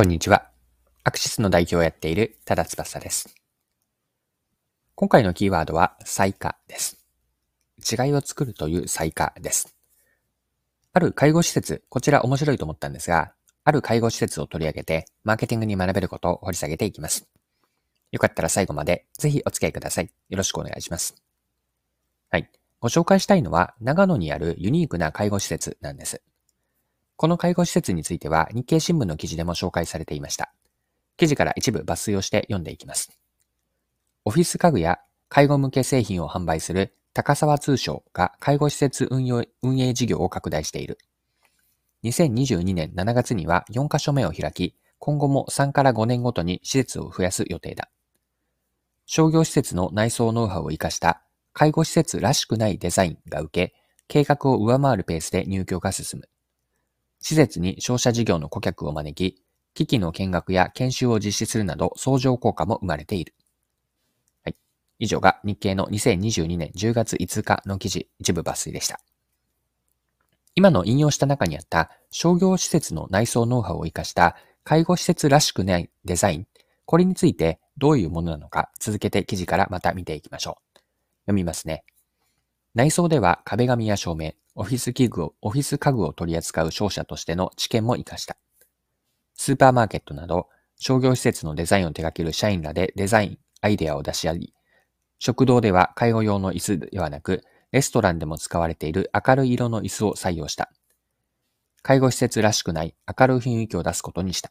こんにちは。アクシスの代表をやっている多田翼です。今回のキーワードは細化です。違いを作るという細化です。ある介護施設、こちら面白いと思ったんですが、ある介護施設を取り上げて、マーケティングに学べることを掘り下げていきます。よかったら最後までぜひお付き合いください。よろしくお願いします。はい。ご紹介したいのは、長野にあるユニークな介護施設なんです。この介護施設については、日経新聞の記事でも紹介されていました。記事から一部抜粋をして読んでいきます。オフィス家具や介護向け製品を販売する高沢通商が介護施設運営事業を拡大している。2022年7月には4カ所目を開き、今後も3から5年ごとに施設を増やす予定だ。商業施設の内装ノウハウを生かした介護施設らしくないデザインが受け、計画を上回るペースで入居が進む。施設に商社事業の顧客を招き、機器の見学や研修を実施するなど相乗効果も生まれている。以上が日経の2022年10月5日の記事、一部抜粋でした。今の引用した中にあった商業施設の内装ノウハウを生かした介護施設らしくないデザイン、これについてどういうものなのか続けて記事からまた見ていきましょう。読みますね。内装では壁紙や照明、オフィス家具を取り扱う商社としての知見も生かした。スーパーマーケットなど商業施設のデザインを手掛ける社員らでデザイン、アイデアを出し合い、食堂では介護用の椅子ではなく、レストランでも使われている明るい色の椅子を採用した。介護施設らしくない明るい雰囲気を出すことにした。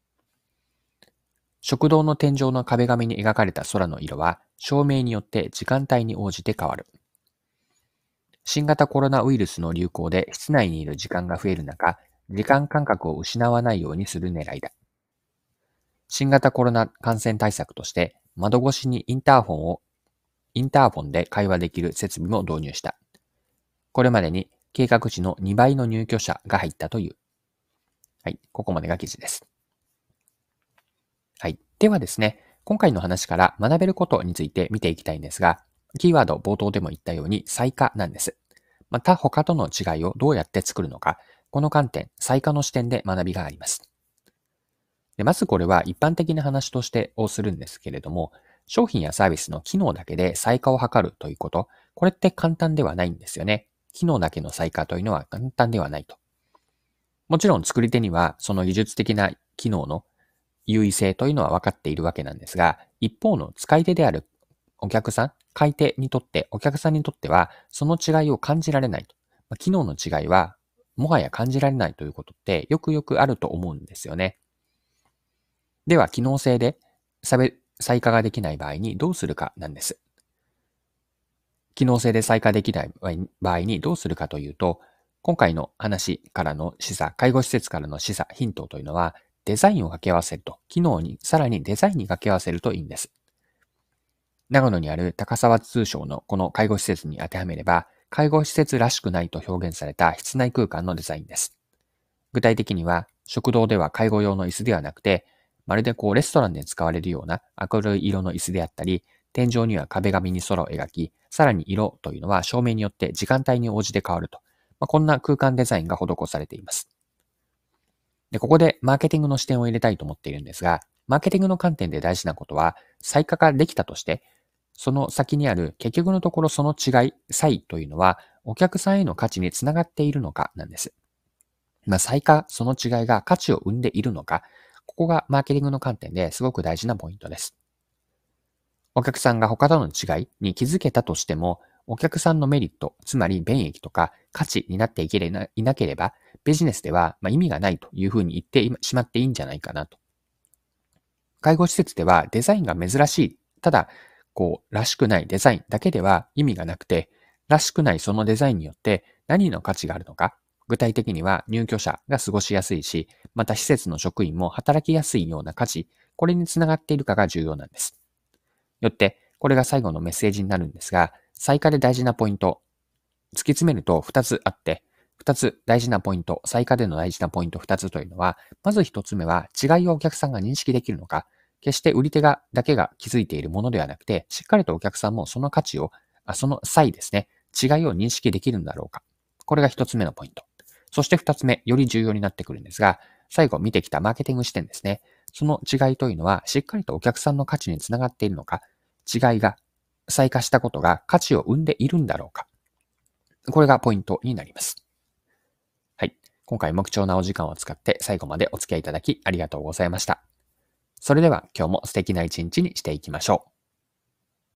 食堂の天井の壁紙に描かれた空の色は、照明によって時間帯に応じて変わる。新型コロナウイルスの流行で室内にいる時間が増える中、時間感覚を失わないようにする狙いだ。新型コロナ感染対策として、窓越しにインターフォンで会話できる設備も導入した。これまでに計画時の2倍の入居者が入ったという。はい、ここまでが記事です。はい。ではですね、今回の話から学べることについて見ていきたいんですが、キーワード冒頭でも言ったように細化なんです。また他との違いをどうやって作るのか、この観点、細化の視点で学びがあります。でまずこれは一般的な話としてをするんですけれども、商品やサービスの機能だけで細化を図るということ、これって簡単ではないんですよね。機能だけの細化というのは簡単ではないと。もちろん作り手にはその技術的な機能の優位性というのは分かっているわけなんですが、一方の使い手であるお客さん、買い手にとって、お客さんにとってはその違いを感じられないと。機能の違いはもはや感じられないということってよくよくあると思うんですよね。では、機能性で細化ができない場合にどうするかなんです。機能性で細化できない場合にどうするかというと、今回の話からの示唆、介護施設からの示唆、ヒントというのは、デザインを掛け合わせると、機能に、さらにデザインに掛け合わせるといいんです。長野にある高沢通商のこの介護施設に当てはめれば、介護施設らしくないと表現された室内空間のデザインです。具体的には、食堂では介護用の椅子ではなくて、まるでレストランで使われるような明るい色の椅子であったり、天井には壁紙に空を描き、さらに色というのは照明によって時間帯に応じて変わると。こんな空間デザインが施されています。で、ここでマーケティングの視点を入れたいと思っているんですが、マーケティングの観点で大事なことは、細化ができたとして、その先にある結局のところその違い、差異というのは、お客さんへの価値につながっているのかなんです。細化、その違いが価値を生んでいるのか、ここがマーケティングの観点ですごく大事なポイントです。お客さんが他との違いに気づけたとしても、お客さんのメリット、つまり便益とか価値になっていなければ、ビジネスでは意味がないというふうに言ってしまっていいんじゃないかなと。介護施設ではデザインが珍しい、ただ、らしくないデザインだけでは意味がなくて、らしくないそのデザインによって何の価値があるのか、具体的には入居者が過ごしやすいし、また施設の職員も働きやすいような価値、これにつながっているかが重要なんです。よって、これが最後のメッセージになるんですが、細化で大事なポイント、突き詰めると2つあって、2つ大事なポイント、細化での大事なポイント2つというのは、まず1つ目は違いをお客さんが認識できるのか、決して売り手だけが気づいているものではなくて、しっかりとお客さんもその価値を、その差異ですね、違いを認識できるんだろうか。これが1つ目のポイント。そして2つ目、より重要になってくるんですが、 最後見てきたマーケティング視点ですね。その違いというのは、しっかりとお客さんの価値につながっているのか、違いが再化したことが価値を生んでいるんだろうか。これがポイントになります。はい。今回も貴重なお時間を使って最後までお付き合いいただきありがとうございました。それでは今日も素敵な一日にしていきましょう。